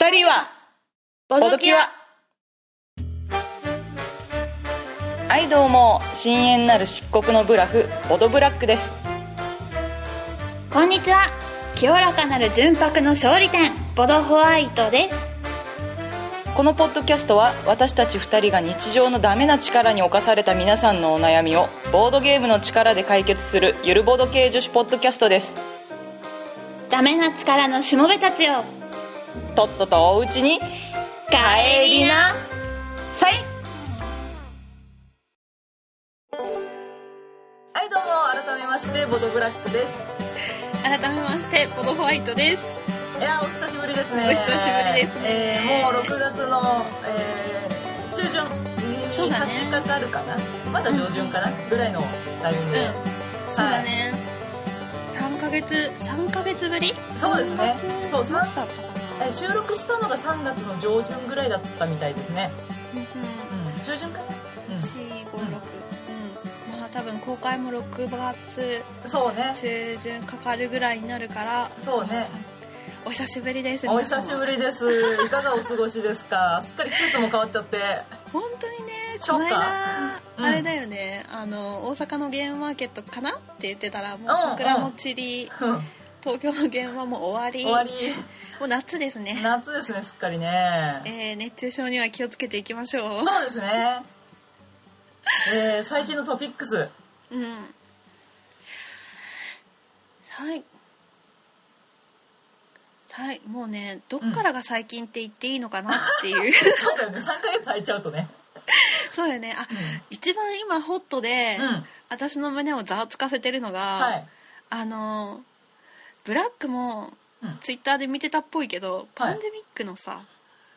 二人はボドキワ。はいどうも、深淵なる漆黒のブラフボドブラックです。 こんにちは、清らかなる純白の勝利点ボドホワイトです。 このポッドキャストは私たち2人が日常のダメな力に侵された皆さんのお悩みをボードゲームの力で解決するゆるボード系女子ポッドキャストです。 ダメな力のしもべたちよ、 とっととおうちに帰りなさい。はいどうも、改めましてボドブラックです。 改めましてボドホワイトです。 いやお久しぶりですね。 お久しぶりですね。 もう6月の、中旬に差し掛かるかな、まだ上旬かな、ぐらいのタイミングで、 そうだね、3ヶ月ぶり。 そうですね。そう、 3月だったかな。 収録したのが3月の上旬ぐらいだったみたいですね。中旬かな、 4、5、6、まあ多分公開も6月そうね、 中旬かかるぐらいになるから。そうね、お久しぶりです。 お久しぶりです。いかがお過ごしですか？すっかり季節も変わっちゃって本当にね、この間あれだよね、大阪のゲームマーケットかなって言ってたら、もう桜も散り、東京のゲームはもう終わりもう夏ですね。 夏ですね、すっかりね。 熱中症には気をつけていきましょう。 そうですね。最近のトピックス、 はい、もうね、どっからが最近って言っていいのかなっていう、 そうだよね、3ヶ月空いちゃうとね。 そうよね。一番今ホットで、私の胸をざわつかせてるのが、ブラックもツイッターで見てたっぽいけど、パンデミックのさ、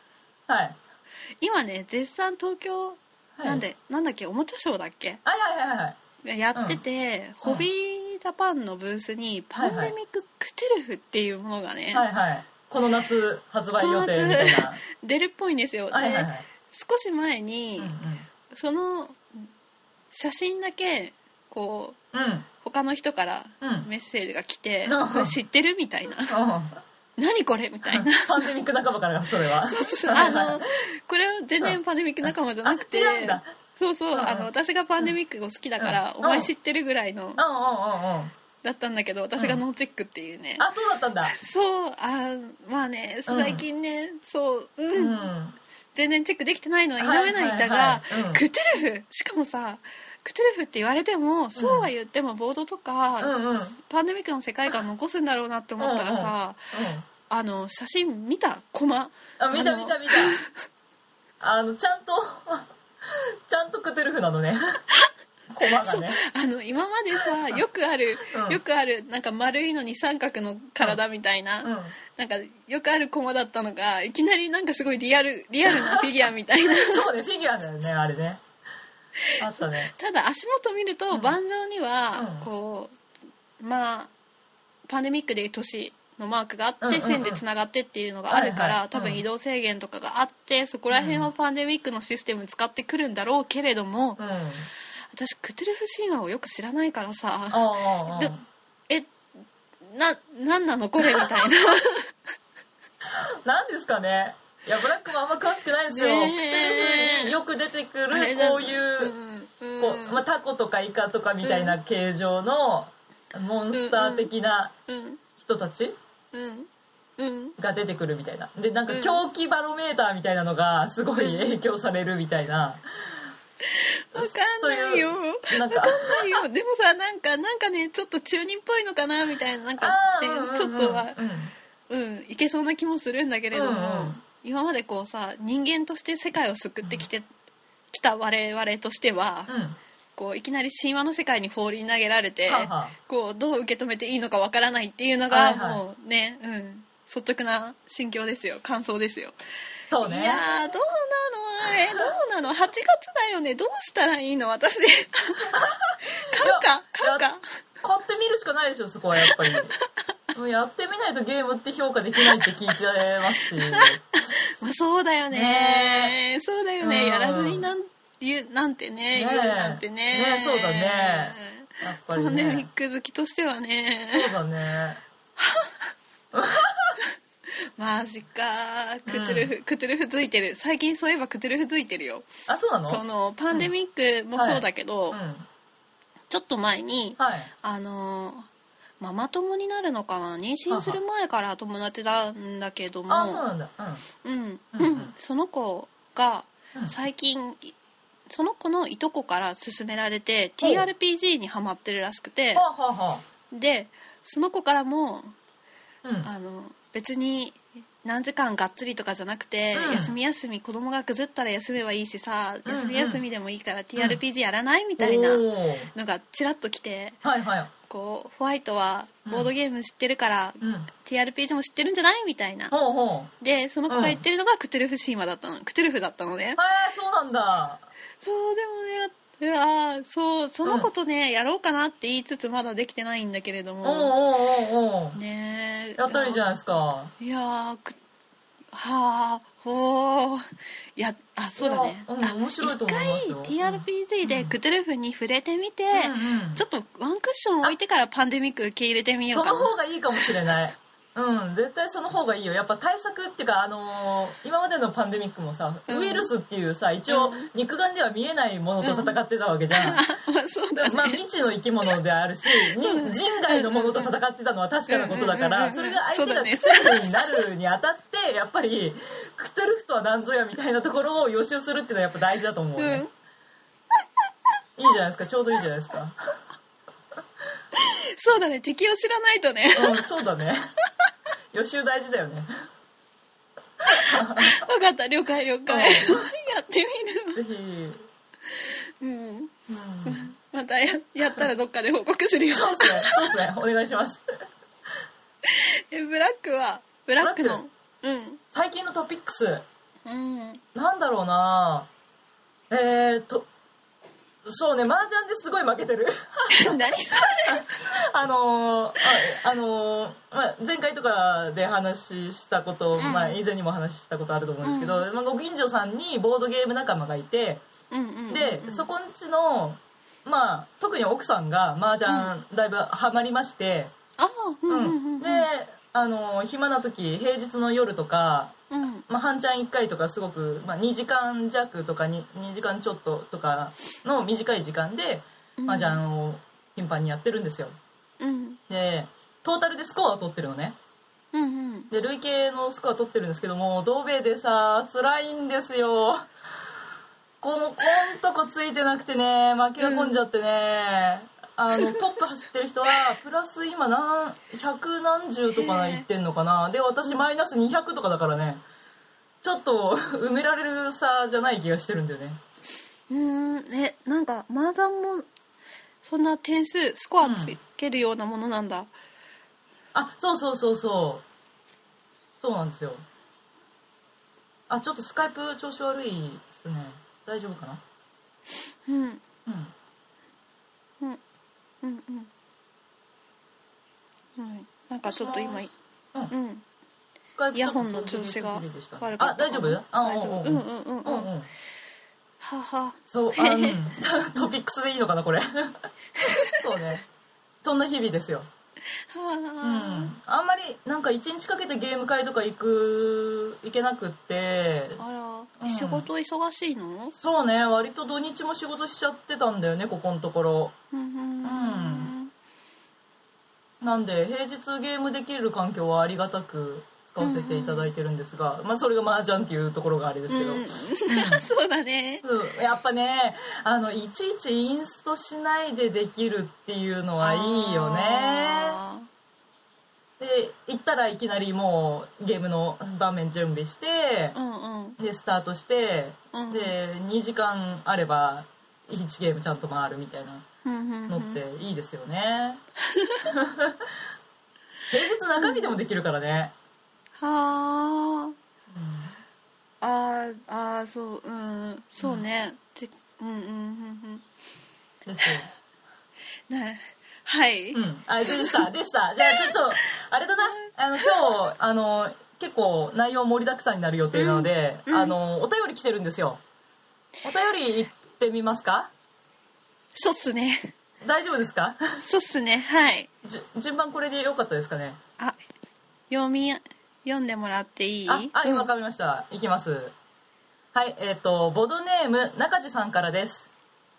今ね絶賛東京、なんだっけ、おもちゃショーだっけ、やってて、ホビージャパンのブースにパンデミッククトゥルフっていうものがね、 この夏発売予定みたいな出るっぽいんですよ。少し前に、その写真だけこう、他の人からメッセージが来て、これ知ってるみたいな、何これみたいなパンデミック仲間からそれはこれは全然パンデミック仲間じゃなくて、 違うんだ。 そうそう、私がパンデミックを好きだから、お前知ってるぐらいのだったんだけど、私がノーチェックっていうね。 そうだったんだ。 そう、まあね、最近ね、そう全然チェックできてないのは否めないんだが、クトゥルフ、しかもさ、クトゥルフって言われても、そうは言ってもボードとか、パンデミックの世界観残すんだろうなって思ったらさ、写真見た？コマ見たちゃんとクトゥルフなのねコマがね。 今までさ、よくあるなんか丸いのに三角の体みたいな、なんかよくあるコマだったのが、いきなりなんかすごいリアルなフィギュアみたいなそうね、フィギュアだよね、あれね。あったね。 ただ足元見ると、盤上にはこう、まあパンデミックでいう年のマークがあって、線でつながってっていうのがあるから、多分移動制限とかがあって、そこら辺はパンデミックのシステム使ってくるんだろうけれども、私クトゥルフ神話をよく知らないからさ、なんなのこれみたいななんですかね。いやブラックもあんま詳しくないんですよ。クトゥルフによく出てくるこういうタコとかイカとかみたいな形状のモンスター的な人たちが出てくるみたいな。でなんか狂気バロメーターみたいなのがすごい影響されるみたいな。 わかんないよ。でもさ、なんかね、ちょっと中二っぽいのかなみたいな、なんかね、ちょっとはいけそうな気もするんだけれども、今までこうさ、人間として世界を救ってきた我々としては、こういきなり神話の世界に放り投げられて、こうどう受け止めていいのかわからないっていうのが、もうね、率直な心境ですよ、感想ですよ。 そうね。 いやー、どうなの8月だよね。どうしたらいいの私買うか買ってみるしかないでしょ、そこはやっぱりもうやってみないとゲームって評価できないって聞いてますしまあそうだよね、そうだよね、やらずに言うなんてね、 そうだね、やっぱりね、 パンデミック好きとしてはね、 そうだねマジか。クトゥルフついてる。最近そういえばクトゥルフついてるよ。 あ、そうなの？ そのパンデミックもそうだけど、 はい、 ちょっと前に、 はい、 ママ友になるのかな、妊娠する前から友達なんだけども、 あ、そうなんだ。 その子が最近、その子のいとこから勧められて TRPG にハマってるらしくて、でその子からも、別に何時間がっつりとかじゃなくて、休み休み子供がぐずったら休めばいいしさ、休み休みでもいいから TRPG やらないみたいなのがちらっと来て、こうホワイトはボードゲーム知ってるから、TRPG も知ってるんじゃないみたいな、でその子が言ってるのがクトゥルフ神話だったの、クトゥルフだったのね。 そうなんだ。 そうでもね、その子とね、やろうかなって言いつつまだできてないんだけれども、ね、 やったらいいじゃないですか。 いやそうだね、 面白いと思いますよ。 一回 TRPG でクトゥルフに触れてみて、ちょっとワンクッション置いてからパンデミック受け入れてみようかな。 その方がいいかもしれない。絶対その方がいいよ。やっぱ対策っていうか、今までのパンデミックもさ、ウイルスっていうさ、一応肉眼では見えないものと戦ってたわけじゃん。 そうだね。 未知の生き物であるし、人外のものと戦ってたのは確かなことだから、それが相手がクトゥルフになるにあたって、やっぱりクトゥルフとは何ぞやみたいなところを予習するっていうのはやっぱ大事だと思うね。いいじゃないですか。ちょうどいいじゃないですか。 そうだね、敵を知らないとね。 そうだね。予習大事だよね。 分かった、了解やってみる。 ぜひ。 またやったらどっかで報告するよ。 そうですね、お願いします。 ブラックの最近のトピックス、なんだろうな。そうね、麻雀ですごい負けてる。 何それ。 前回とかで話したこと、以前にも話したことあると思うんですけど、ご近所さんにボードゲーム仲間がいて、でそこんちの、特に奥さんが麻雀だいぶハマりまして、で暇な時平日の夜とか、半チャン1回とかすごく、2時間弱とか 2時間ちょっととかの短い時間で麻雀を頻繁にやってるんですよ。でトータルでスコアを取ってるのね。で累計のスコア取ってるんですけども、ドベでさ辛いんですよ。こんとこついてなくてね、負けが込んじゃってね、トップ走ってる人はプラス今100何十とかいってんのかな。で私マイナス200とかだからね、ちょっと埋められる差じゃない気がしてるんだよね。 なんか麻雀もそんな点数スコアつけるようなものなんだ。 そうなんですよ。ちょっとスカイプ調子悪いですね。大丈夫かな。 なんかちょっと今スカイプイヤホンの調子が悪かった。 大丈夫？そうトピックスでいいのかなこれ。そうね、そんな日々ですよ。あんまりなんか1日かけてゲーム会とか行けなくって。 仕事忙しいの？ そうね、割と土日も仕事しちゃってたんだよね、ここのところ。なんで平日ゲームできる環境はありがたく使わせていただいてるんですが、それが麻雀っていうところがあれですけど、 そうだね。 やっぱね、いちいちインストしないでできるっていうのはいいよね。で行ったらいきなりもうゲームの場面準備して、でスタートして、で2時間あれば1ゲームちゃんと回るみたいなのっていいですよね。平日中身でもできるからね。 そうね。 ですよ。 はい。 でした。じゃあちょっとあれだな。今日結構内容盛りだくさんになる予定なので、お便り来てるんですよ。お便り行ってみますか？ そうっすね。 大丈夫ですか？ そうっすね。はい。 順番これでよかったですかね？ 読み読んでもらっていい？ はい、わかりました。いきます。はい、ボドネーム中地さんからです。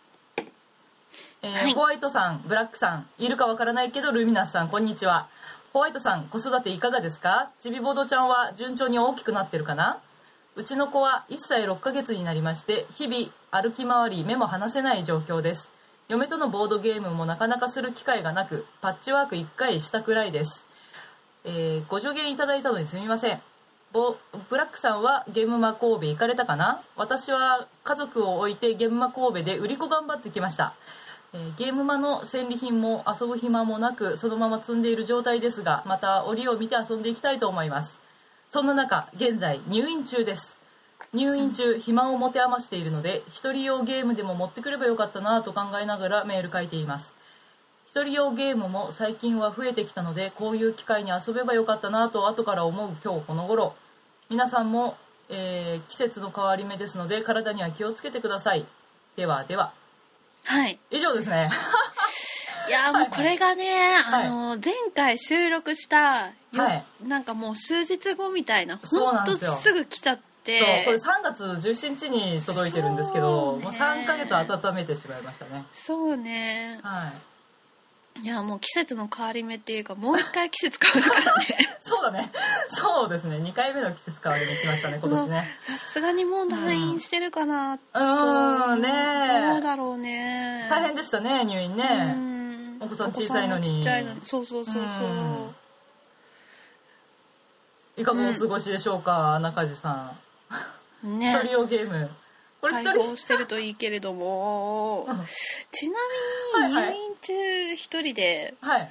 はい、 ホワイトさん、ブラックさん、いるかわからないけどルミナスさん、こんにちは。ホワイトさん、子育ていかがですか？ちびボドちゃんは順調に大きくなってるかな？うちの子は1歳6ヶ月になりまして、日々歩き回り目も離せない状況です。嫁とのボードゲームもなかなかする機会がなく、パッチワーク1回したくらいです。ご助言いただいたのにすみません。ブラックさんはゲームマ神戸行かれたかな？私は家族を置いてゲームマ神戸で売り子頑張ってきました。ゲームマの戦利品も遊ぶ暇もなくそのまま積んでいる状態ですが、また折を見て遊んでいきたいと思います。そんな中、現在入院中です。入院中、暇を持て余しているので一人用ゲームでも持ってくればよかったなと考えながらメール書いています。一人用ゲームも最近は増えてきたので、こういう機会に遊べばよかったなと後から思う今日この頃。皆さんも、季節の変わり目ですので体には気をつけてください。ではでは。 はい、 以上ですね。 いやもうこれがね、 はい、 前回収録した、 はい、 なんかもう数日後みたいな、 そうなんほんとですよ。 すぐ来ちゃって、 そうこれ3月17日に届いてるんですけど、もう3ヶ月温めてしまいましたね。 そうね、 はい、 いやもう季節の変わり目っていうか、もう一回季節変わるからね。 そうだね、そうですね、2回目の季節変わりに来ましたね今年ね。 さすがにもう退院してるかなと、 ね、 どうだろうね。 大変でしたね、入院ね。お子さん小さいのに。 そうそうそうそう。 いかがお過ごしでしょうか、中地さん。ね、一人用ゲームこれ開放してるといいけれども、ちなみに入院中一人で、 はい、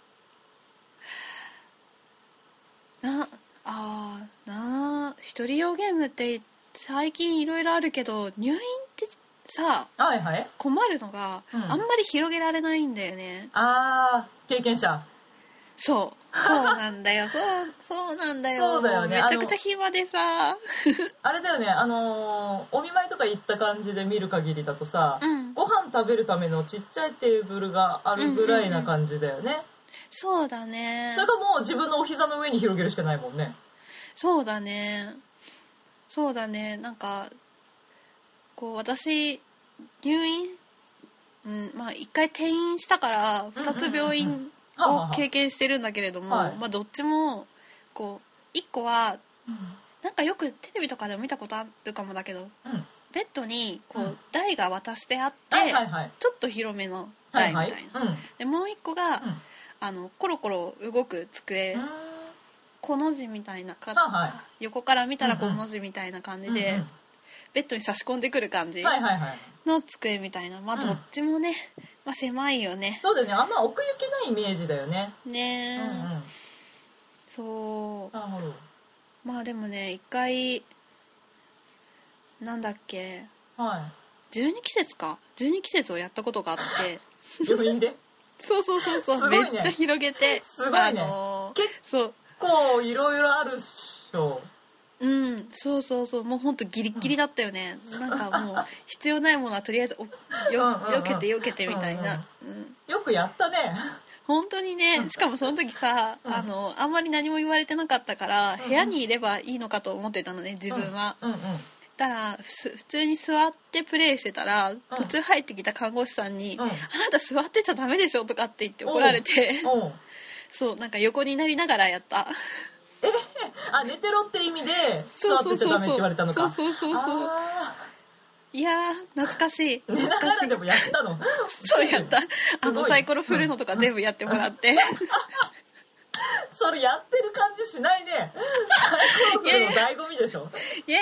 一人用ゲームって最近いろいろあるけど、入院ってさ、 はいはい、 困るのが、あんまり広げられないんだよね。 経験者。 そうなんだよ。そうなんだよ。 そうだよね。 めちゃくちゃ暇でさ。 あれだよね、お見舞いとか行った感じで見る限りだとさ、ご飯食べるためのちっちゃいテーブルがあるぐらいな感じだよね。 そうだね。 それがもう自分のお膝の上に広げるしかないもんね。 そうだね。なんかこう私入院、まあ一回転院したから2つ病院を経験してるんだけれども、まあどっちもこう1個はなんかよくテレビとかでも見たことあるかもだけど、ベッドにこう台が渡してあって、ちょっと広めの台みたいな。でもう1個がコロコロ動く机、コの字みたいな、横から見たらコの字みたいな感じで、ベッドに差し込んでくる感じの机みたいな。まあどっちもね、まあ、狭いよね。 そうだよね、あんま奥行きないイメージだよね。 ね、そう。 なるほど。 まあでもね、一回なんだっけ、12季節をやったことがあって。 病院でそう、ね、めっちゃ広げて、 すごいね、結構いろいろあるっしょ。 そうもうほんとギリギリだったよね。なんかもう必要ないものはとりあえずよけてみたいな。 よくやったね本当にね。しかもその時さ、あんまり何も言われてなかったから、部屋にいればいいのかと思ってたのね、自分は。だから普通に座ってプレイしてたら、途中入ってきた看護師さんに、あなた座ってちゃダメでしょとかって言って怒られて、そう、なんか横になりながらやった。 寝てろって意味で座ってちゃダメって言われたのか。そういや懐かしい。 寝ながらでもやったの。 そうやった。サイコロ振るのとか全部やってもらって。 それやってる感じしないね。サイコロ振るの醍醐味でしょ。い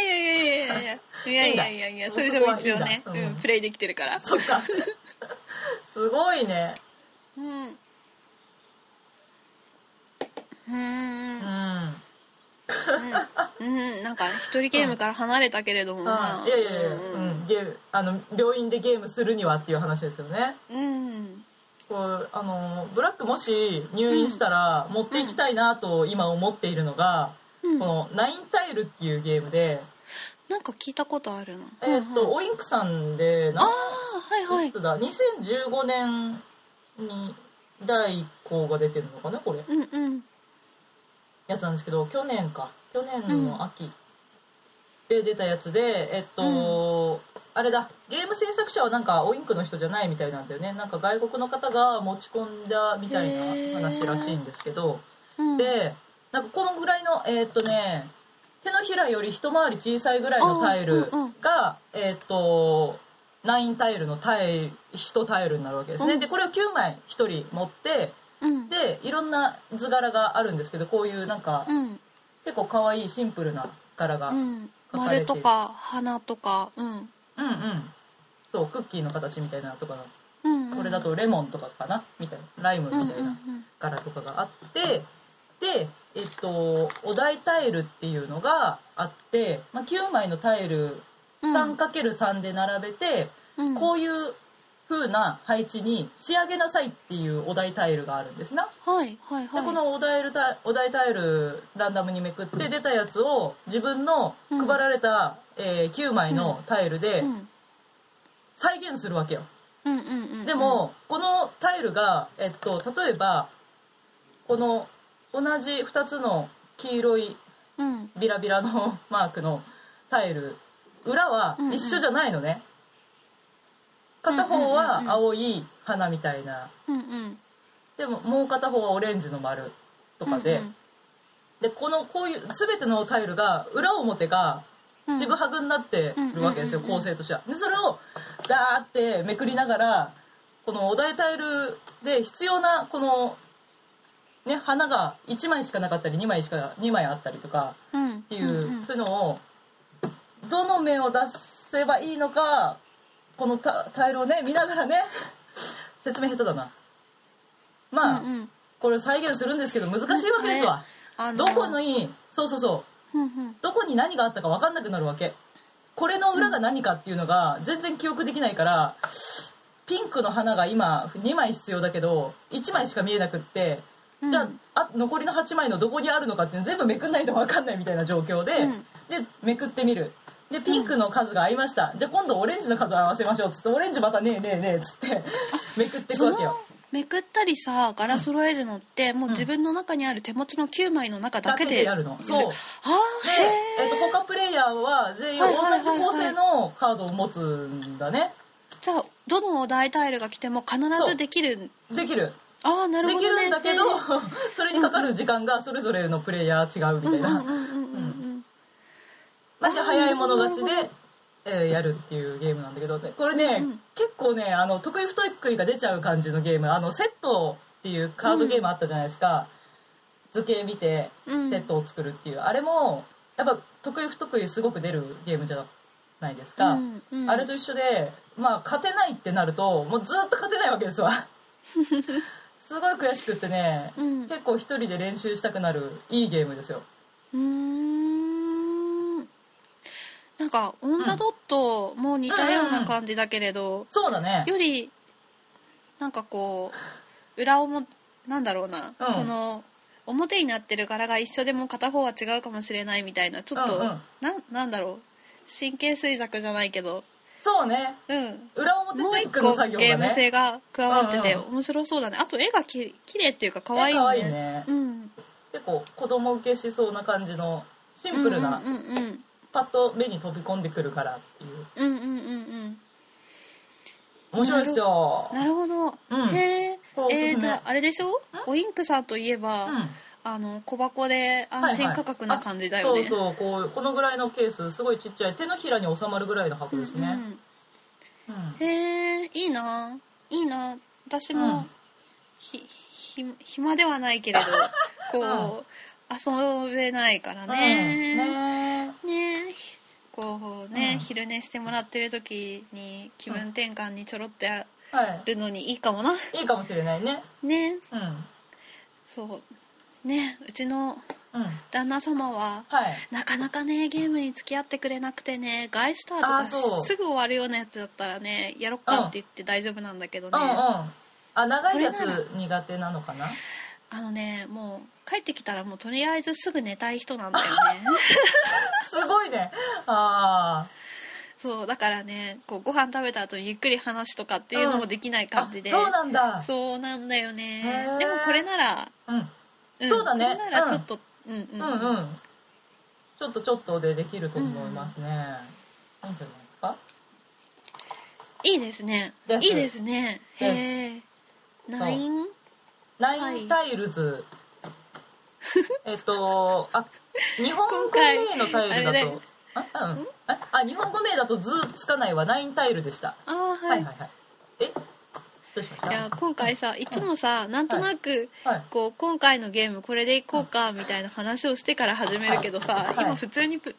や、それでも一応ね、プレイできてるから。 そっか。すごいね。 なんか一人ゲームから離れたけれども、 病院でゲームするにはっていう話ですよね。こうブラックもし入院したら持っていきたいなと今思っているのが、このナインタイルっていうゲームで、 なんか聞いたことあるな。 オインクさんで、いつだ、2015年に第1項が出てるのかなこれ。 やつなんですけど、去年の秋で出たやつで、あれだ、ゲーム制作者はなんかオインクの人じゃないみたいなんだよね。なんか外国の方が持ち込んだみたいな話らしいんですけど、でなんかこのぐらいの手のひらより一回り小さいぐらいのタイルが9タイルの1タイルになるわけですね。でこれを9枚1人持って、でいろんな図柄があるんですけど、こういうなんか、結構可愛いシンプルな柄が描かれて、 丸とか花とか、 そうクッキーの形みたいなとか、これだとレモンとかかなみたいな、ライムみたいな柄とかがあって、でお題タイルっていうのがあって、9枚のタイル 3×3 で並べて、こういう風な配置に仕上げなさいっていうお題タイルがあるんですな。でこのお題タイルランダムにめくって出たやつを自分の配られた、9枚のタイルで再現するわけよ。でもこのタイルが、例えばこの同じ2つの黄色いビラビラのマークのタイル、裏は一緒じゃないのね。片方は青い花みたいな、でももう片方はオレンジの丸とかで、でこういう全てのタイルが裏表がちぐはぐになってるわけですよ、構成としては。でそれをダーってめくりながら、このお題タイルで必要なこのね、花が1枚しかなかったり2枚あったりとかっていう、そういうのをどの面を出せばいいのか、このタイルをね見ながらね説明下手だな。これ再現するんですけど難しいわけですわ。どこにどこに何があったか分かんなくなるわけ。これの裏が何かっていうのが全然記憶できないから、ピンクの花が今2枚必要だけど1枚しか見えなくって、じゃあ残りの8枚のどこにあるのかっていうの全部めくんないと分かんないみたいな状況で、でめくってみる。でピンクの数が合いました、じゃあ今度オレンジの数を合わせましょうっつって、オレンジまたねえねえねえっつってめくっていくわけよ。 めくったりさ柄揃えるのって、もう自分の中にある手持ちの9枚の中だけでやるの。そうで、他プレイヤーは全員同じ構成のカードを持つんだね。 じゃあどのお題タイルが来ても必ずできる。 できる。 なるほどね。 できるんだけどそれにかかる時間がそれぞれのプレイヤー違うみたいな。私は早い者勝ちで、やるっていうゲームなんだけど、これね、結構ね得意不得意が出ちゃう感じのゲーム。セットっていうカードゲームあったじゃないですか、図形見てセットを作るっていう、あれもやっぱ得意不得意すごく出るゲームじゃないですか、あれと一緒で、勝てないってなるともうずっと勝てないわけですわすごい悔しくってね、結構一人で練習したくなるいいゲームですよ。 なんかオンザドットも似たような感じだけれど、 そうだね、 よりなんかこう裏表なんだろうな、その表になってる柄が一緒でも片方は違うかもしれないみたいな、ちょっと、なんだろう、神経衰弱じゃないけど、 そうね、裏表チェックの作業がね、 もう一個ゲーム性が加わってて面白そうだね。あと絵がきれいっていうか可愛いね。 可愛いね、結構子供受けしそうな感じのシンプルな、パッと目に飛び込んでくるからっていう、面白いですよ。 なるほど、へえ。じゃああれでしょ、おインクさんといえば、小箱で安心価格な感じだよね。 そうこのぐらいのケース、すごいちっちゃい手のひらに収まるぐらいの箱ですね。へえ、 いいな私も、暇ではないけれどこう遊べないからね、こうね、昼寝してもらってる時に気分転換にちょろっとやるのにいいかもな、 いいかもしれないね。 そうね、うちの旦那様は、なかなかねゲームに付き合ってくれなくてね、ガイスターとかすぐ終わるようなやつだったらねやろっかって言って大丈夫なんだけどね、 長いやつ苦手なのかな。 もう帰ってきたらもうとりあえずすぐ寝たい人なんだよねすごいね。 そうだからね、こうご飯食べた後にゆっくり話とかっていうのもできない感じで、 そうなんだ。 そうなんだよね。でもこれなら、 そうだね。 これならちょっとちょっとでできると思いますね、いいんじゃないですか。 いいですね。いいですね。へえ。ナインタイルズ日本語名のタイルだと日本語名だと図つかないはナインタイルでした。はいどうしました。 いや今回さいつもさ、なんとなく、こう今回のゲームこれでいこうかみたいな話をしてから始めるけどさ、今普通に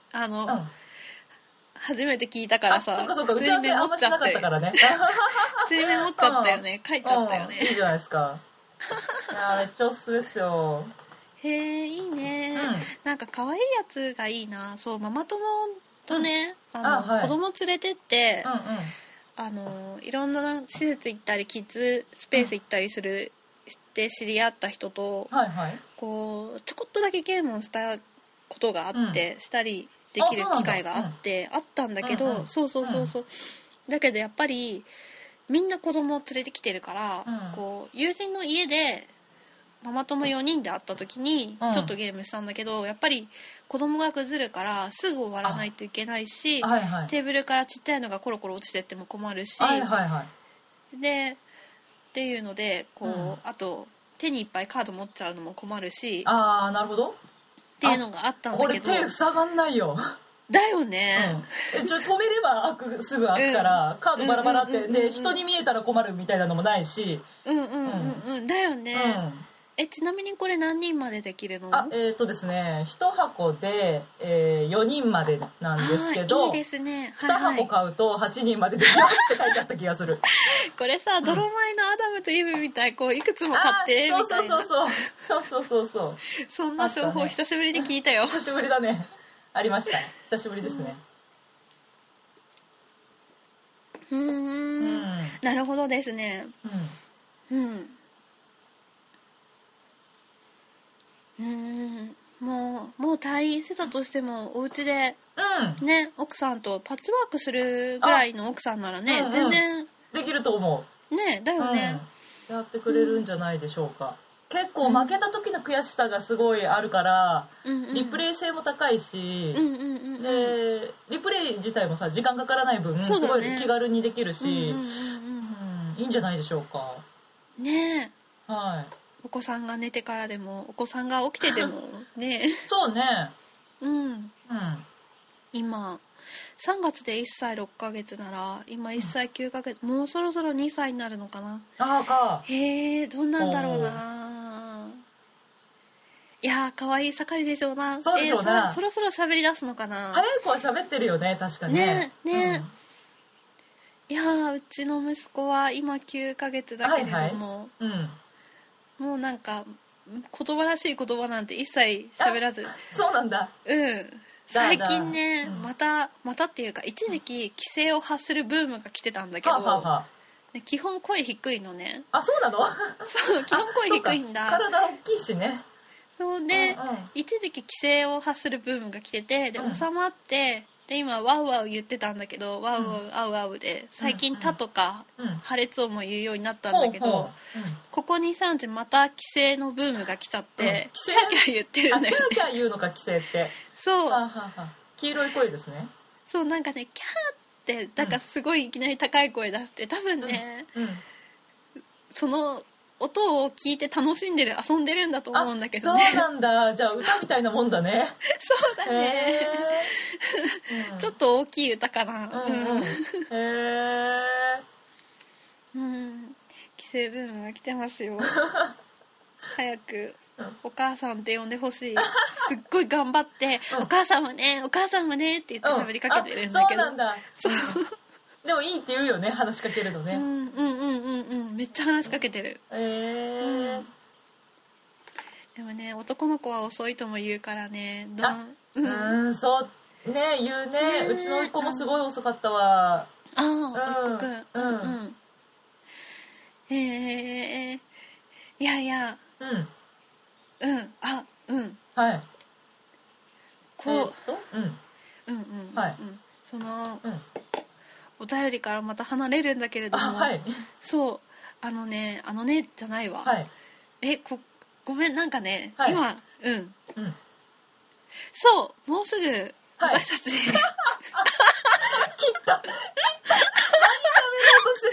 初めて聞いたからさ、 普通にメモっちゃったよね。 普通にメモっちゃったよね。書いちゃったよね。 いいじゃないですか。いやめっちゃおすすめですよ。 へえいいね、なんか可愛いやつがいいな。そうママ友とね、子供連れてって、いろんな施設行ったりキッズスペース行ったりするして知り合った人と、こうちょこっとだけゲームをしたことがあって、したりできる機会があったんだけど、そうだけどやっぱりみんな子供を連れてきてるから、こう友人の家でママ友4人で会った時にちょっとゲームしたんだけど、やっぱり子供が崩るからすぐ終わらないといけないし、テーブルからちっちゃいのがコロコロ落ちてっても困るし、でっていうのでこう、あと手にいっぱいカード持っちゃうのも困るし、 なるほどっていうのがあったんだけど、 これ手塞がんないよ。 だよね、 止めればすぐ開くから、カードバラバラってで人に見えたら困るみたいなのもないし、 だよね、ちなみにこれ何人までできるの？ ですね1箱で、4人までなんですけど、 いいですね、 2箱買うと8人までできますって書いてあった気がする。 これさ泥米のアダムとイブみたい、こういくつも買ってみたいな、 そうそんな情報久しぶりに聞いたよ。 久しぶりだね。ありました。久しぶりですね。 なるほどですね。もう退院してたとしてもお家で、ね奥さんとパッチワークするぐらいの奥さんならね、全然できると思うね。だよね、 やってくれるんじゃないでしょうか。結構負けた時の悔しさがすごいあるから、リプレイ性も高いし、でリプレイ自体もさ時間かからない分、すごい気軽にできるし、いいんじゃないでしょうかね。 お子さんが寝てからでもお子さんが起きててもねそうね。 今3月で1歳6ヶ月なら今1歳9ヶ月、もうそろそろ2歳になるのかな。へえどんなんだろうな。いや可愛い盛りでしょうな。 そうでしょうな。 そろそろ喋り出すのかな。 早い子は喋ってるよね、確かにね。 いやうちの息子は今9ヶ月だけれども、もうなんか言葉らしい言葉なんて一切喋らず。 そうなんだ。 最近ね、またっていうか一時期規制を発するブームが来てたんだけど、基本声低いのね。 そうなの？ そう基本声低いんだ。 体大きいしね。 そうで、一時期規制を発するブームが来てて、で収まって、で今ワウワウ言ってたんだけど、ワウワウアウアウで最近タとか破裂音も言うようになったんだけど、ここ 2,3 日また規制のブームが来ちゃって、キャーキャー言ってるんだよね。 キャーキャー言うのか規制って。そう黄色い声ですね。 そうなんかねキャーってだからすごいいきなり高い声出して、多分ね、その音を聞いて楽しんでる遊んでるんだと思うんだけどね。 そうなんだ。じゃあ歌みたいなもんだね。 そうだね、ちょっと大きい歌かな。規制ブームが来てますよ。早くお母さんって呼んでほしい。すっごい頑張って、お母さんもねお母さんもねって言って喋りかけてるんだけど、 そうなんだ。でもいいって言うよね、話しかけるのね。 めっちゃ話しかけてる。でもね男の子は遅いとも言うからね。 そうね言うね。うちの子もすごい遅かったわ。 一個くん。いやいやこうそのお便りからまた離れるんだけれども、そうあのねじゃないわ。ごめんなんかね今そうもうすぐ私たち、 切った何喋ろうとして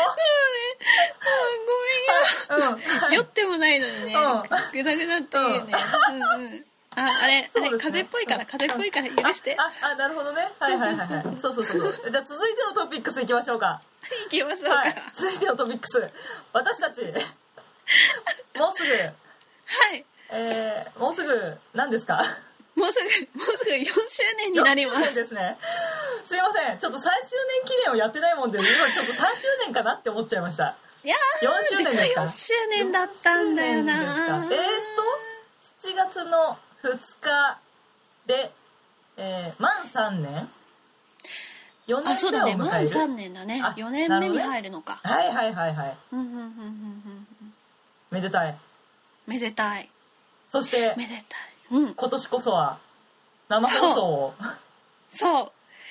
たの？ごめんよ。 酔ってもないのにね、グダグダっていうね、あれ風っぽいから許してなるほどね。はいそうじゃあ続いてのトピックスいきましょうか。 いきましょうか、 続いてのトピックス、私たちもうすぐもうすぐ何ですか？ もうすぐ4周年になります。 4周年ですね。すいません、ちょっと3周年記念をやってないもんで今ちょっと3周年かなって思っちゃいました。 いや 4周年ですか？ 4周年だったんだよな。 7月の2日で、満3年4年目を迎える。 そうだね、満3年だね。4年目に入るのか。 はいめでたい。そしてめでたい、 今年こそは生放送をそう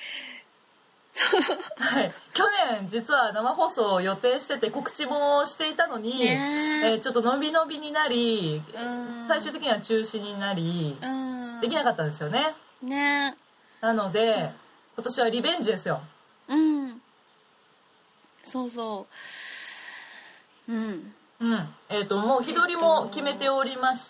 はい、去年実は生放送を予定してて告知もしていたのに、ちょっと伸び伸びになり最終的には中止になりできなかったんですよね。なので今年はリベンジですよ。もう日取りも決めておりまして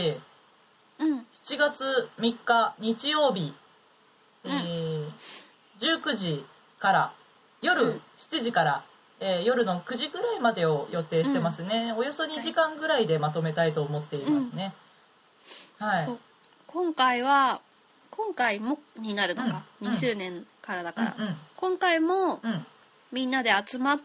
、7月3日日曜日、19時から夜7時から、夜の9時ぐらいまでを予定してますね。およそ2時間ぐらいでまとめたいと思っていますね。 そう今回もになるのが2周年からだから、今回もみんなで集まって、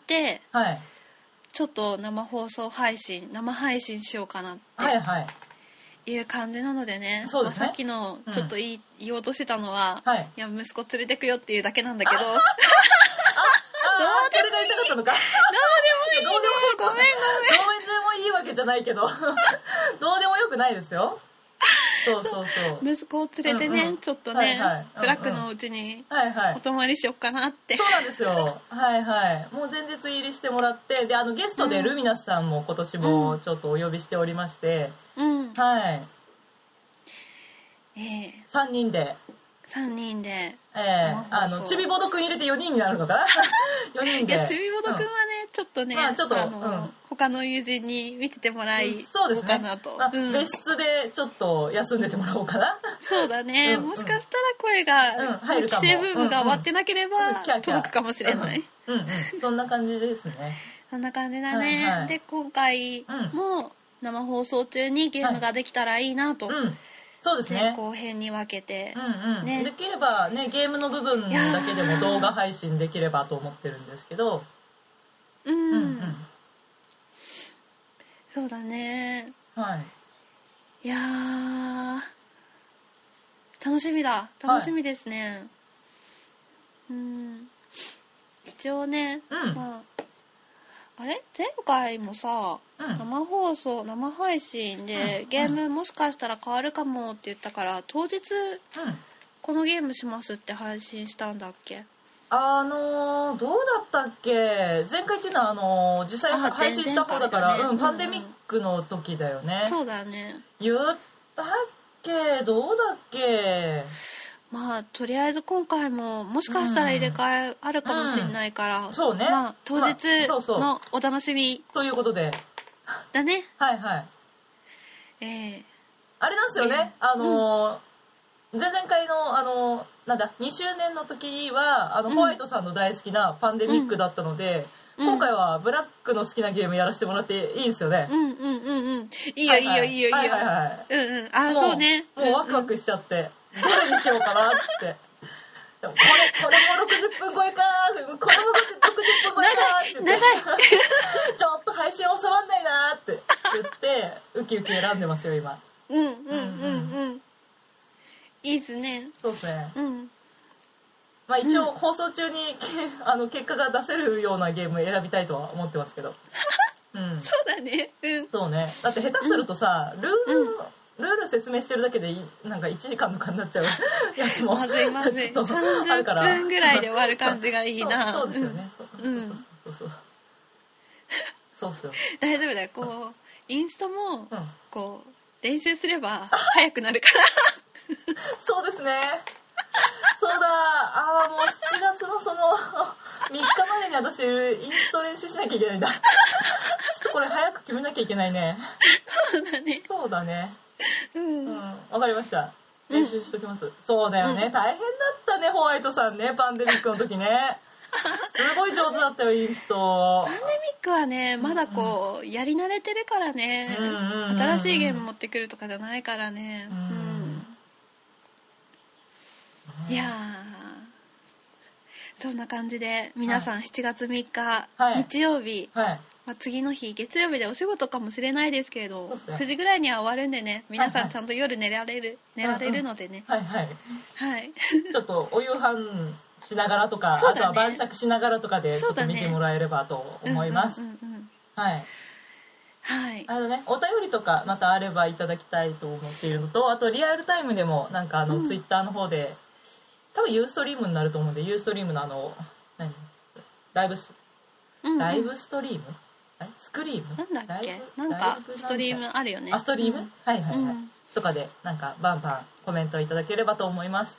ちょっと生配信しようかなっていう感じなのでね。さっきのちょっと言おうとしてたのは、いや息子連れてくよっていうだけなんだけどそれが言いたかったのか。どうでもいいね。ごめん。どうでもいいわけじゃないけどどうでもよくないですよ。そう息子を連れてね、ちょっとね、ブラックのうちにお泊まりしよっかなって。 そうなんですよ。もう前日入りしてもらって、でゲストでルミナスさんも今年もちょっとお呼びしておりまして、3人でちびぼどくん入れて4人になるのかな4人で。いやちびぼどくんはね、ちょっとね、他の友人に見ててもらいそうですね、 かなと、 別室でちょっと休んでてもらおうかな。 そうだね、もしかしたら声が、規制ブームが終わってなければ届くかもしれない。 そんな感じですね。 そんな感じだね。で今回も生放送中にゲームができたらいいなと。 そうですね、 前後編に分けて、 できればねゲームの部分だけでも動画配信できればと思ってるんですけど、 そうだね。いや楽しみですね。一応ね、あれ前回もさ、生配信でゲームもしかしたら変わるかもって言ったから当日このゲームしますって配信したんだっけ？ どうだったっけ？前回っていうのは実際配信した方だから、パンデミックの時だよね。 そうだね。 言ったっけ？どうだっけ？ とりあえず今回ももしかしたら入れ替えあるかもしれないから、 そうね、 当日のお楽しみということでだね。 あれなんですよね、前々回の2周年の時はホワイトさんの大好きなパンデミックだったので、今回はブラックの好きなゲームやらせてもらっていいんですよね。 いいよ。そうね、 もうワクワクしちゃって、どれにしようかなっつってこれも60分超えかこれも60分超えかって長いちょっと配信収まんないなって言ってウキウキ選んでますよ今。 いいですね。 そうですね。一応放送中に結果が出せるようなゲーム選びたいとは思ってますけどそうだね。 そうね。だって下手するとさ、ルール説明してるだけでなんか1時間とかになっちゃうやつもまずい30分ぐらいで終わる感じがいいな。 そうですよね。そうっすよ。 大丈夫だよ。こうインストもこう練習すれば早くなるからそうですね。そうだ、もう7月のその3日までに私インスト練習しなきゃいけないんだ。ちょっとこれ早く決めなきゃいけないね。 そうだね。 そうだね。 うん。 わかりました。練習しときます。そうだよね。大変だったね、ホワイトさんね、パンデミックの時ね。すごい上手だったよ、インスト。 パンデミックはね、まだこうやり慣れてるからね。新しいゲーム持ってくるとかじゃないからね。いやそんな感じで皆さん7月3日、日曜日、次の日月曜日でお仕事かもしれないですけれど、9時ぐらいには終わるんでね、皆さんちゃんと夜寝られるのでね、 ちょっとお夕飯しながらとか、あとは晩酌しながらとかでちょっと見てもらえればと思います。お便りとかまたあればいただきたいと思っているのと、あとリアルタイムでもなんかツイッターの方で多分ユーストリームになると思うんで、ユーストリームのライブストリーム、スクリームなんだっけ、なんかストリームあるよね。 ストリーム、とかでなんかバンバンコメントいただければと思います。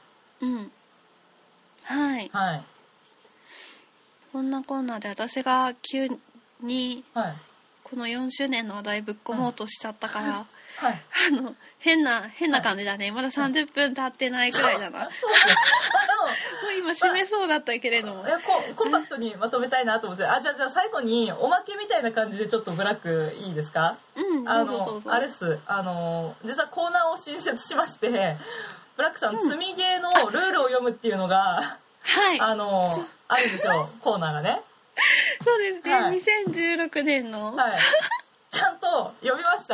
こんなこんなで私が急にこの4周年の話題ぶっ込もうとしちゃったから、変な感じだね。まだ30分経ってないくらいだな。もう今締めそうだったけれども、 コンパクトにまとめたいなと思って、じゃあ最後におまけみたいな感じでちょっとブラックいいですか？どうぞ。あれっす、実はコーナーを新設しまして、ブラックさん、積みゲーのルールを読むっていうのがあるんですよ、コーナーがね。 そうですね、2016年のちゃんと読みました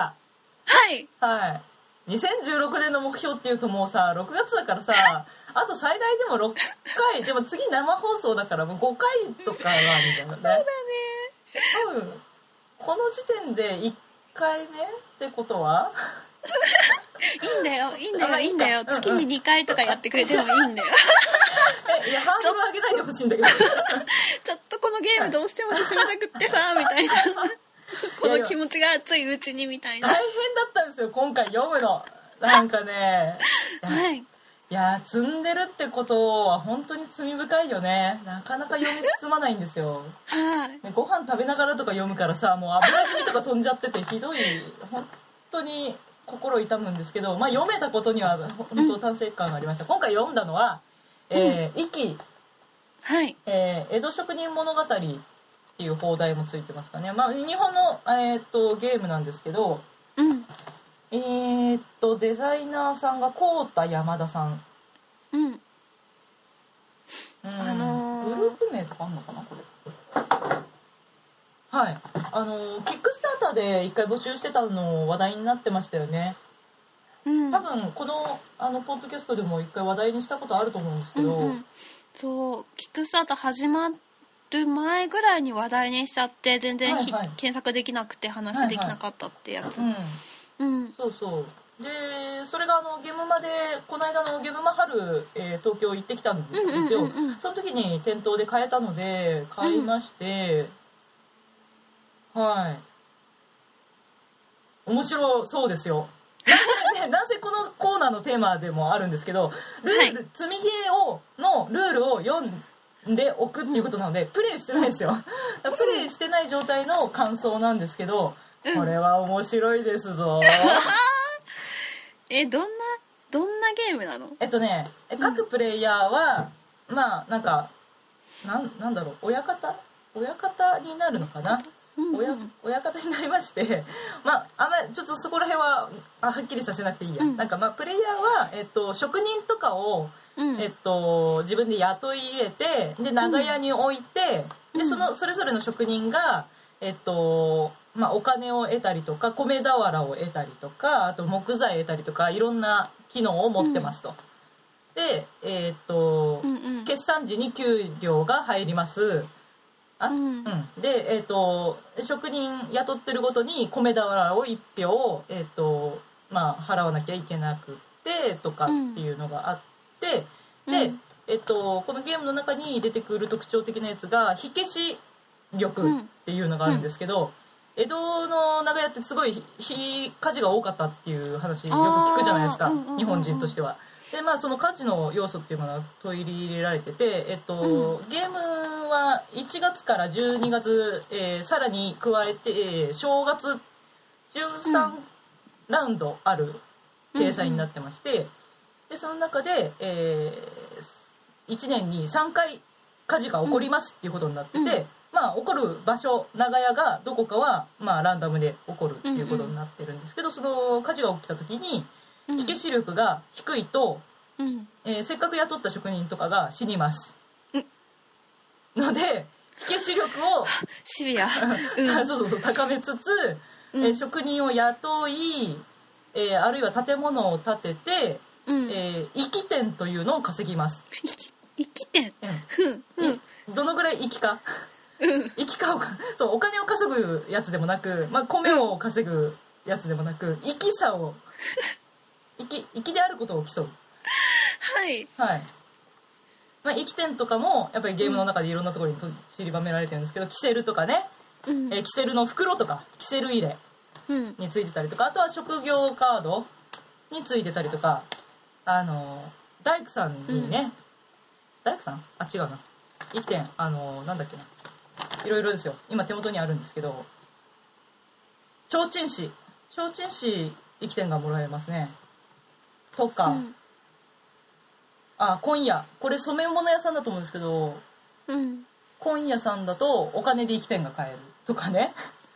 。2016年の目標っていうともうさ6月だからさ、あと最大でも6回、でも次生放送だからもう5回とかはみたいなね。そうだね。多分この時点で1回目ってことはいいんだよ月に2回とかやってくれてもいいんだよ。 いやハードル上げないでほしいんだけどちょっとこのゲームどうしても進めたくってさみたいなこの気持ちが熱いうちにみたいな。 大変だったんですよ今回読むの。なんかねいや積んでるってことは本当に罪深いよね。なかなか読み進まないんですよ。ご飯食べながらとか読むからさ、もう油染みとか飛んじゃっててひどい、本当に心痛むんですけど、読めたことには本当達成感がありました。今回読んだのは壱岐、江戸職人物語っていう放題もついてますかね。日本の、ゲームなんですけど、デザイナーさんが幸田山田さん。グループ名とかあんのかなこれ。キックスターターで一回募集してたの話題になってましたよね。多分このポッドキャストでも一回話題にしたことあると思うんですけど、 そうキックスターター始まる前ぐらいに話題にしちゃって全然、検索できなくて話できなかったってやつ。 そうそうで、それがゲームマでこの間のゲームマ春、東京行ってきたんですよ。その時に店頭で買えたので買いまして、面白そうですよ。なぜこのコーナーのテーマでもあるんですけど、積みゲーのルールを読んでおくっていうことなので、プレイしてないんですよ。プレイしてない状態の感想なんですけど、これは面白いですぞ。 どんなゲームなの？ 各プレイヤーはなんかなんだろう、親方になるのかな。親方になりまして、あんまりちょっとそこら辺ははっきりさせなくていいや。なんかプレイヤーは、職人とかを、自分で雇い入れて、で長屋に置いて、でそれぞれの職人が、お金を得たりとか米俵を得たりとか、あと木材を得たりとかいろんな機能を持ってますと。で、決算時に給料が入ります。で、職人雇ってるごとに米俵を1票、払わなきゃいけなくてとかっていうのがあって、で、このゲームの中に出てくる特徴的なやつが火消し力っていうのがあるんですけど、江戸の長屋ってすごい火事が多かったっていう話よく聞くじゃないですか、日本人としては。 でその家事の要素っていうものが取り入れられてて、ゲームは1月から12月、さらに加えて、正月13ラウンドある掲載になってまして、でその中で、1年に3回火事が起こりますっていうことになってて、起こる場所長屋がどこかは、ランダムで起こるっていうことになってるんですけど、その火事が起きた時に火消し力が低いと、せっかく雇った職人とかが死にます、ので火消し力をシビア、 そう高めつつ、職人を雇い、あるいは建物を建てて、生き店というのを稼ぎます。 生き店、 どのぐらい生きか生きかをそうお金を稼ぐやつでもなく、米を稼ぐやつでもなく、生きさを生きであることを競う。はい、生き店とかもやっぱりゲームの中でいろんなところに散りばめられてるんですけど、キセルとかね、キセルの袋とかキセル入れについてたりとか、あとは職業カードについてたりとか、大工さんにね、大工さん違うな、生き店なんだっけな、いろいろですよ。今手元にあるんですけど、提灯師生き店がもらえますねとか、今夜これ染め物屋さんだと思うんですけど、今夜さんだとお金で生き店が買えるとかね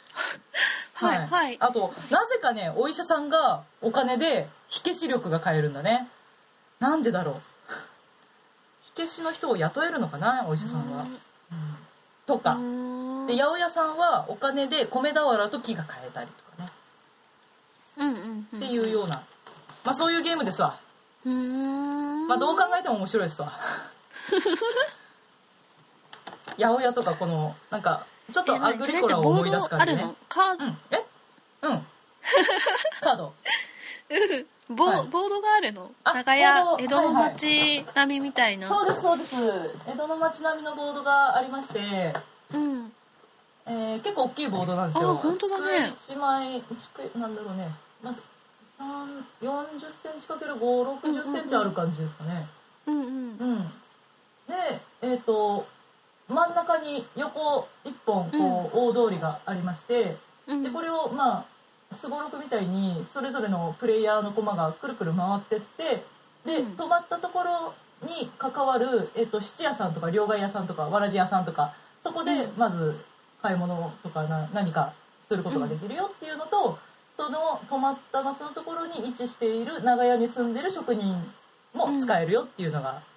あとなぜかね、お医者さんがお金で火消し力が買えるんだね。なんでだろう、火消しの人を雇えるのかな、お医者さんは、とかで、八百屋さんはお金で米俵と木が買えたりとかね、っていうような、そういうゲームですわ。どう考えても面白いですわ八百屋とか、このなんかちょっとアグリコラを思い出す感じね。カードボードがあるの、長屋江戸の町並みみたいな、 そうです江戸の町並みのボードがありまして、結構大きいボードなんですよ。 本当だね。 机1枚なんだろうね、40センチ ×560センチある感じですかね。で真ん中に横1本こう大通りがありまして、でこれをすごろくみたいにそれぞれのプレイヤーの駒がくるくる回ってって、で止まったところに関わる、質屋さんとか両替屋さんとかわらじ屋さんとか、そこでまず買い物とか何かすることができるよっていうのと、その止まったマスのところに位置している長屋に住んでる職人も使えるよっていうのがあって、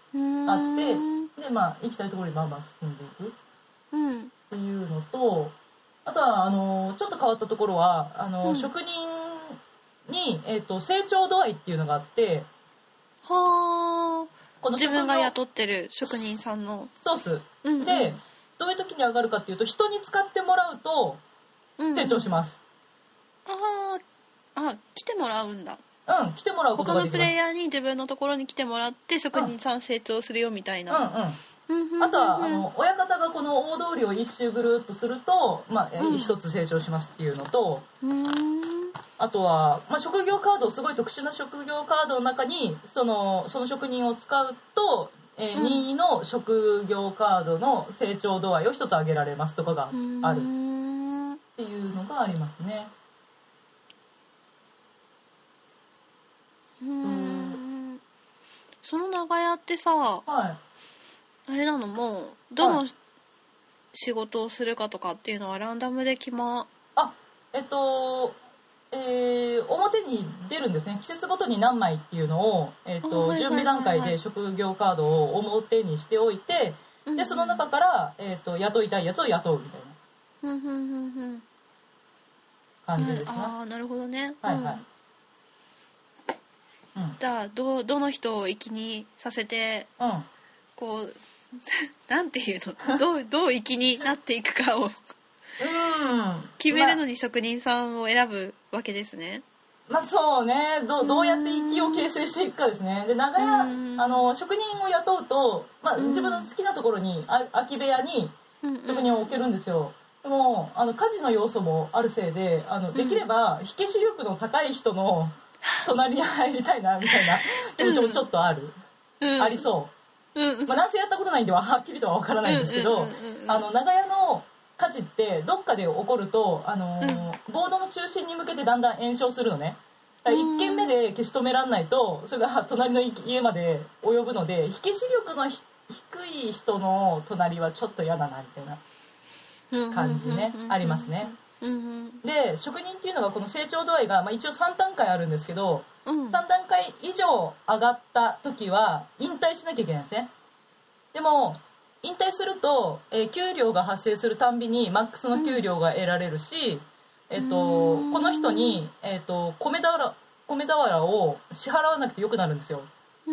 で行きたいところに進んでいくっていうのと、あとはちょっと変わったところは職人に、成長度合いっていうのがあって、 この自分が雇ってる職人さんのそうっす、でどういう時に上がるかっていうと、人に使ってもらうと成長します。 来てもらうんだ。 来てもらうことができます。 他のプレイヤーに自分のところに来てもらって職人さん成長するよみたいな。 あとは親方がこの大通りを一周ぐるっとすると、一つ成長しますっていうのと、あとは、職業カード、すごい特殊な職業カードの中にその職人を使うと、任意の職業カードの成長度合いを一つ上げられますとかがあるっていうのがありますね。 その長屋ってさ、あれなの、もうどの仕事をするかとかっていうのはランダムで表に出るんですね。季節ごとに何枚っていうのを、準備段階で職業カードを表にしておいて、でその中から、雇いたいやつを雇うみたいな感じですね。 なるほどね。 じゃあどの人を粋にさせて、こうなんていうの、どう粋になっていくかを決めるのに職人さんを選ぶわけですね。 そうね、どうやって粋を形成していくかですね。で長屋職人を雇うと、自分の好きなところに空き部屋に職人を置けるんですよ。でも家事の要素もあるせいでできれば火消し力の高い人の隣に入りたいなみたいな気持ちもちょっとある、ありそう、男性やったことないんではっきりとは分からないんですけど、長屋の火事ってどっかで起こると、ボードの中心に向けてだんだん延焼するのね。1軒目で消し止めらんないとそれが隣の家まで及ぶので、火消し力の低い人の隣はちょっと嫌だなみたいな感じね、ありますね。で職人っていうのがこの成長度合いが、一応3段階あるんですけど、3段階以上上がった時は引退しなきゃいけないんですね。でも引退すると、給料が発生するたんびにマックスの給料が得られるし、この人に、米俵を支払わなくてよくなるんですよ。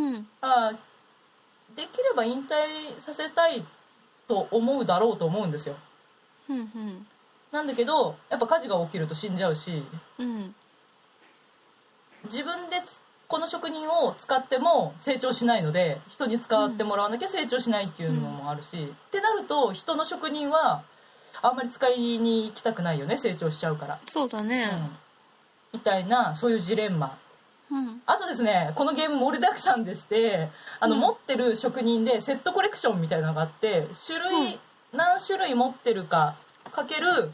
できれば引退させたいと思うだろうと思うんですよ。なんだけどやっぱ火事が起きると死んじゃうし、自分でこの職人を使っても成長しないので人に使ってもらわなきゃ成長しないっていうのもあるし、ってなると人の職人はあんまり使いに行きたくないよね、成長しちゃうから。 そうだね、 みたいな、そういうジレンマ、あとですね、このゲーム盛りだくさんでして、持ってる職人でセットコレクションみたいなのがあって、何種類持ってるかかける、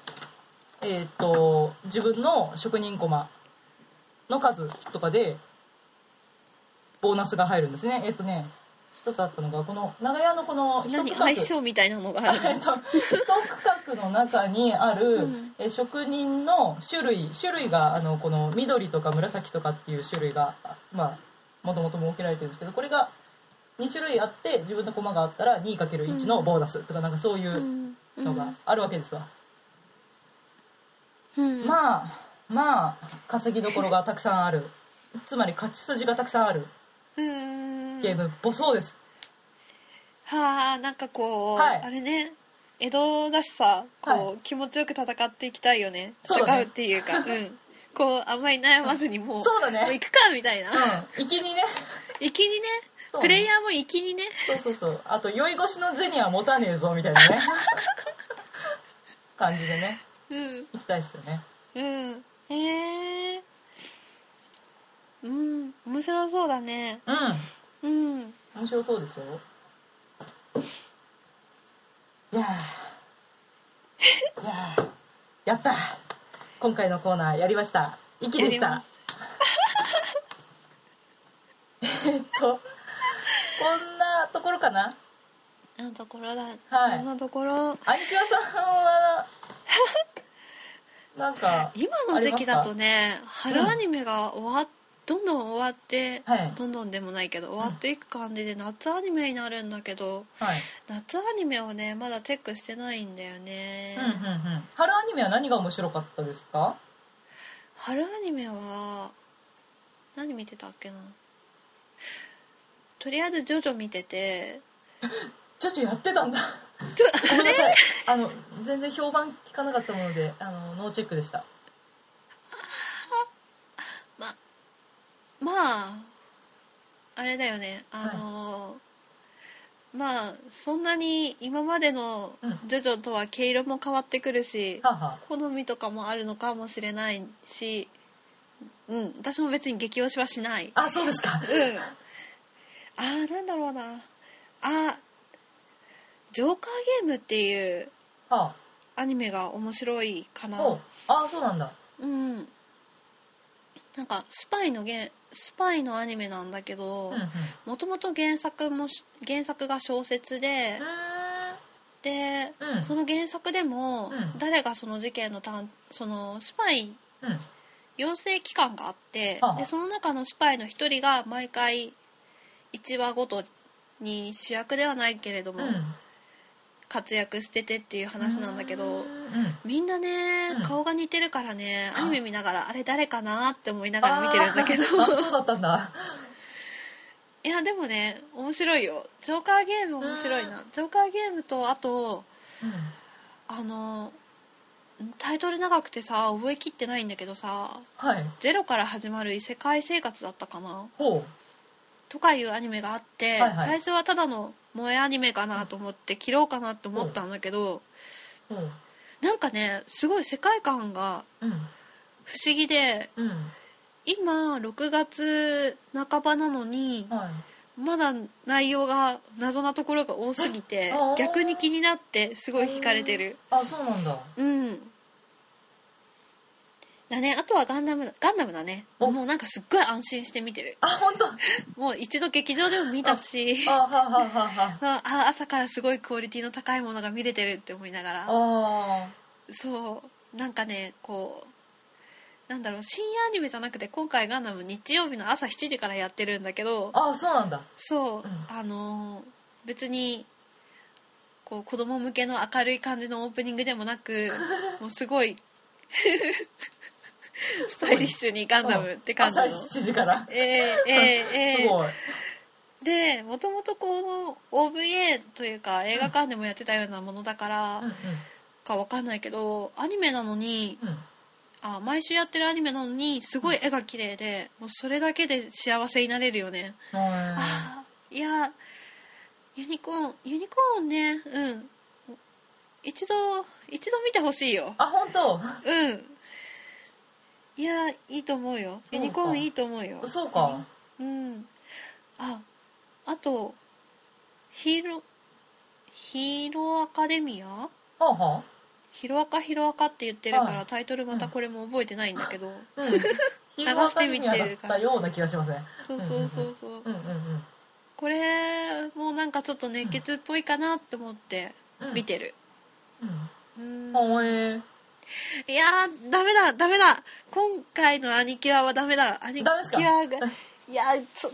自分の職人駒の数とかでボーナスが入るんですね。一つあったのがこの長屋のこの一区画、 相性みたいなのがある一区画の中にある、職人の種類がこの緑とか紫とかっていう種類がもともと設けられてるんですけど、これが2種類あって自分の駒があったら 2×1 のボーナスとかなんかそういうのがあるわけですわ。まあ稼ぎどころがたくさんある、つまり勝ち筋がたくさんあるゲームっぽそうです。 なんかこう、あれね、江戸だしさ、こう、気持ちよく戦っていきたいよね。戦うっていうか、こうあんまり悩まずにもう、 そうだね、 もう行くかみたいな、 粋にねプレイヤーも粋にね、 そうあと酔い越しの銭は持たねえぞみたいなね感じでね、行きたいですよね。 面白そうだね。 面白そうですよ。いややった、今回のコーナーやりました。粋でした。こんなところかな。 こんなところだ。 こんなところ。 アニキワさんはなんか今の時期だとね、春アニメがどんどん終わって、どんどんでもないけど終わっていく感じで夏アニメになるんだけど、夏アニメをねまだチェックしてないんだよね。 春アニメは何が面白かったですか？ 春アニメは何見てたっけな。とりあえずジョジョ見てて。 ジョジョやってたんだ。ごめんなさい、全然評判聞かなかったものでノーチェックでした。 あれだよね、そんなに今までのジョジョとは毛色も変わってくるし、好みとかもあるのかもしれないし、私も別に激推しはしない。 そうですか。 なんだろうな、ジョーカーゲームっていうアニメが面白いかな。 そうなんだ。 なんかスパイのアニメなんだけど、もともと原作が小説で、その原作でも誰がその事件のそのスパイ養成機関があって、でその中のスパイの一人が毎回1話ごとに主役ではないけれども、活躍しててっていう話なんだけど、みんなね、顔が似てるからね、アニメ見ながらあれ誰かなって思いながら見てるんだけど。 そうだったんだ。 いやでもね面白いよ。ジョーカーゲーム面白いな。ジョーカーゲームとあと、タイトル長くてさ覚えきってないんだけどさ、ゼロから始まる異世界生活だったかなとかいうアニメがあって、最初はただの萌えアニメかなと思って切ろうかなと思ったんだけど、なんかねすごい世界観が不思議で、 今6月半ばなのに、 はい、 まだ内容が謎なところが多すぎて逆に気になってすごい惹かれてる。 あ、そうなんだ。 だね。あとはガンダムだね。もうなんかすっごい安心して見てる。 あ、本当。 もう一度劇場でも見たし朝からすごいクオリティの高いものが見れてるって思いながら、そうなんかね、こうなんだろう、深夜アニメじゃなくて今回ガンダム日曜日の朝7時からやってるんだけど、 あ、そうなんだ。 そう、別にこう子供向けの明るい感じのオープニングでもなくもうすごいスタイリッシュにガンダムって感じの、 朝7時からすごい。 でもともとこの OVA というか映画館でもやってたようなものだからかわかんないけど、アニメなのに、毎週やってるアニメなのにすごい絵が綺麗で、もうそれだけで幸せになれるよね。いやユニコーンね、一度見てほしいよ。 あ、本当。 いやいいと思うよ。ユニコーンいいと思うよ。 そうか。 あとヒーローアカデミア、ヒロアカって言ってるからタイトルまたこれも覚えてないんだけど、探してみてるから。 ような気がしますね。 そう、これもなんかちょっと熱血っぽいかなって思って見てる。いやダメだ今回のアニキュアはダメだ。アニキュアがいや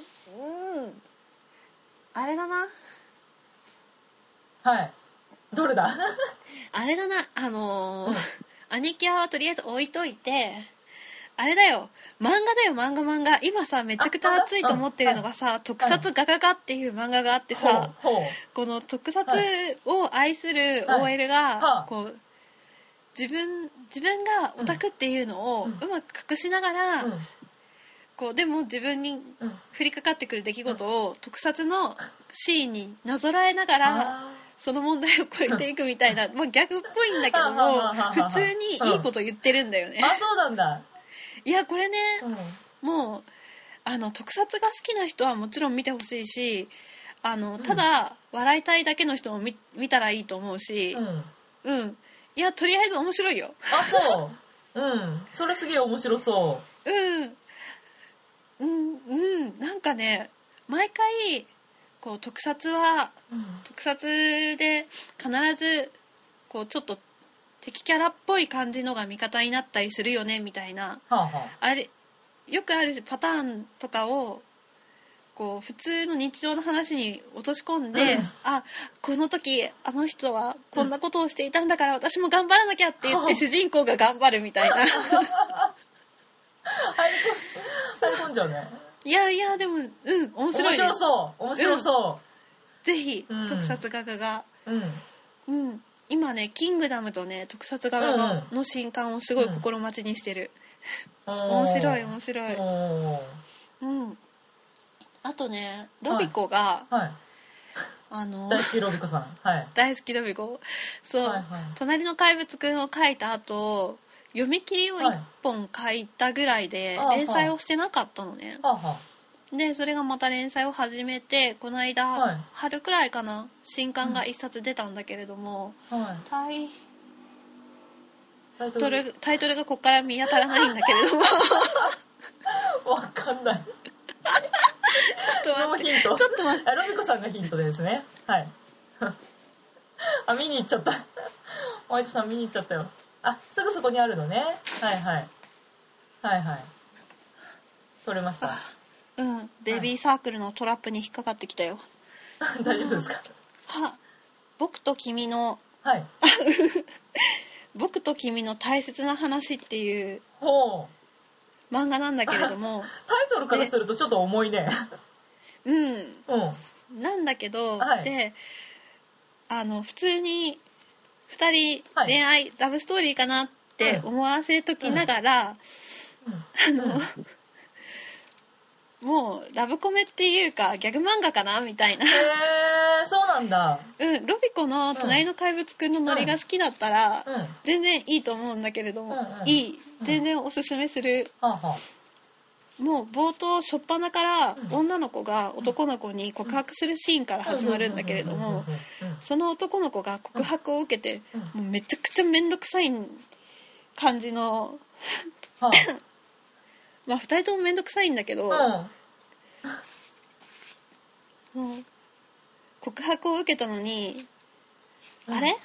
あれだな。 はい、どれだあれだな、アニキュアはとりあえず置いといて、あれだよ、漫画今さめちゃくちゃ熱いと思ってるのがさ、特撮ガガガっていう漫画があってさ、この特撮を愛する OL がこう自分がオタクっていうのをうまく隠しながら、こうでも自分に降りかかってくる出来事を特撮のシーンになぞらえながらその問題を超えていくみたいな、ギャグっぽいんだけども普通にいいこと言ってるんだよね。 そうなんだ。 いやこれね、もう特撮が好きな人はもちろん見てほしいし、ただ笑いたいだけの人も 見たらいいと思うし、いやとりあえず面白いよ。 そう、それすげえ面白そう。 なんかね、毎回こう特撮で必ずこうちょっと敵キャラっぽい感じのが味方になったりするよねみたいな、あれよくあるパターンとかをこう普通の日常の話に落とし込んで、この時あの人はこんなことをしていたんだから私も頑張らなきゃって言って主人公が頑張るみたいな入り込んじゃうね。 いやでも面白い、ね、 面白そう、 ぜひ特撮画が今ねキングダムとね特撮画がの新刊をすごい心待ちにしてる。面白いあとねロビコが、 大好きロビコさん、 大好きロビコ、そう、隣の怪物くんを書いた後読み切りを1本書いたぐらいで連載をしてなかったのね。でそれがまた連載を始めてこの間、春くらいかな新刊が1冊出たんだけれども、タイトルがここから見当たらないんだけれどもわかんない。 ちょっと待ってロビコさんがヒントですね。見に行っちゃったお相手さん見に行っちゃったよ。すぐそこにあるのね。取れました。 ベビーサークルのトラップに引っかかってきたよ。 大丈夫ですか。 僕と君の僕と君の大切な話っていう漫画なんだけれどもタイトルからするとちょっと重いね。 なんだけど、で普通に2人恋愛、ラブストーリーかなって思わせときながら、もうラブコメっていうかギャグ漫画かなみたいな。 そうなんだ。 ロビコの隣の怪物くんのノリが好きだったら、全然いいと思うんだけれども、全然おすすめする。 もう冒頭初っ端から女の子が男の子に告白するシーンから始まるんだけれども、その男の子が告白を受けてもうめちゃくちゃ面倒くさい感じのまあ2人とも面倒くさいんだけど、告白を受けたのに、あれ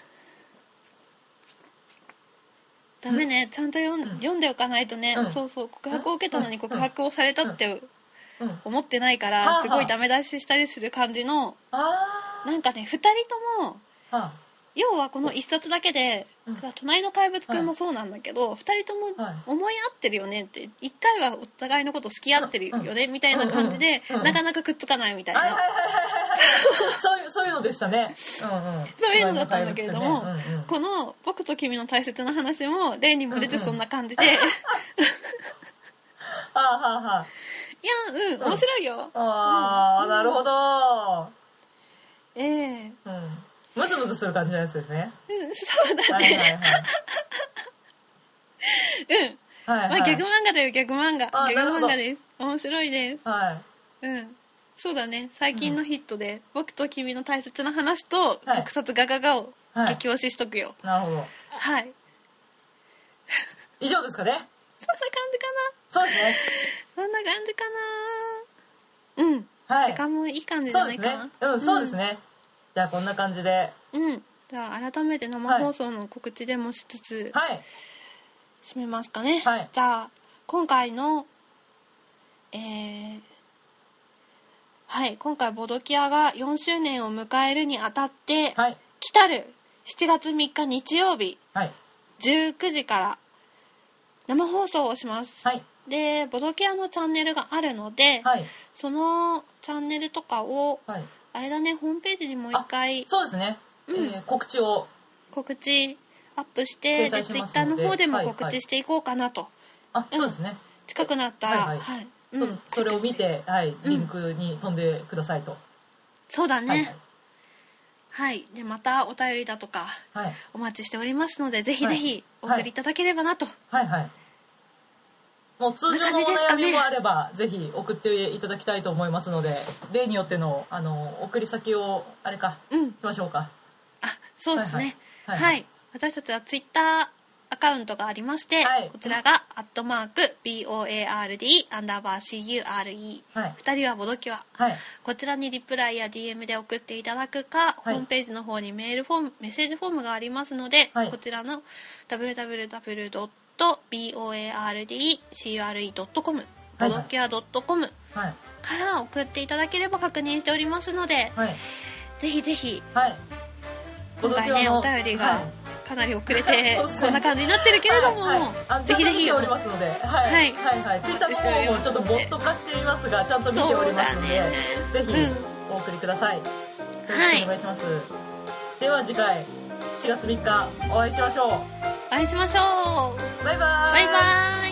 ダメね、ちゃんと読んでおかないとね、そうそう、告白を受けたのに告白をされたって思ってないからすごいダメ出ししたりする感じの、なんかね、2人とも要はこの一冊だけで、隣の怪物くんもそうなんだけど、2人とも思い合ってるよねって、1回はお互いのこと好き合ってるよねみたいな感じで、なかなかくっつかないみたいな、 そういうのでしたね。 そういうのだったんだけれども、この「僕と君の大切な話」も例に漏れずそんな感じで、いや面白いよ。 なるほど。ムズムズする感じのやつですね。 そうだね。まあギャグ漫画だよ、ギャグ漫画です。面白いです。そうだね、最近のヒットで「僕と君の大切な話」と「特撮ガガガ」を激推ししとくよ。 なるほど。以上ですかね。 そんな感じかな。 そうですね。 そんな感じかな。時間もいい感じじゃないかな。 そうですね。じゃあこんな感じで、 じゃあ改めて生放送の告知でもしつつ、締めますかね。じゃあ今回の今回ボドキアが4周年を迎えるにあたって、来たる7月3日日曜日、19時から生放送をします。でボドキアのチャンネルがあるので、そのチャンネルとかを、あれだね、ホームページにもう一回、 そうですね、告知アップして、でツイッターの方でも告知していこうかなと。 そうですね。 近くなったら、 それを見て、リンクに飛んでくださいと。 そうだね。でまたお便りだとか、お待ちしておりますので、ぜひぜひお送りいただければなと。 もう通常のお悩みもあれば、ぜひ送っていただきたいと思いますので、例によっての送り先をしましょうか。 そうですね。私たちはツイッターアカウントがありまして、こちらが@BOARD_CURE、2人はボドキュア、こちらにリプライや DM で送っていただくか、ホームページの方にメッセージフォームがありますので、こちらの www.boardcure.com ボドキュア .com から送っていただければ確認しておりますので、ぜひぜひ、今回ね、お便りがかなり遅れてこんな感じになってるけれども、ぜひぜひ見ておりますので、ツイッターの方もちょっとボット化していますが、ちゃんと見ておりますので、ぜひお送りください。よろしくお願いします。では次回7月3日お会いしましょう。 バイバイ。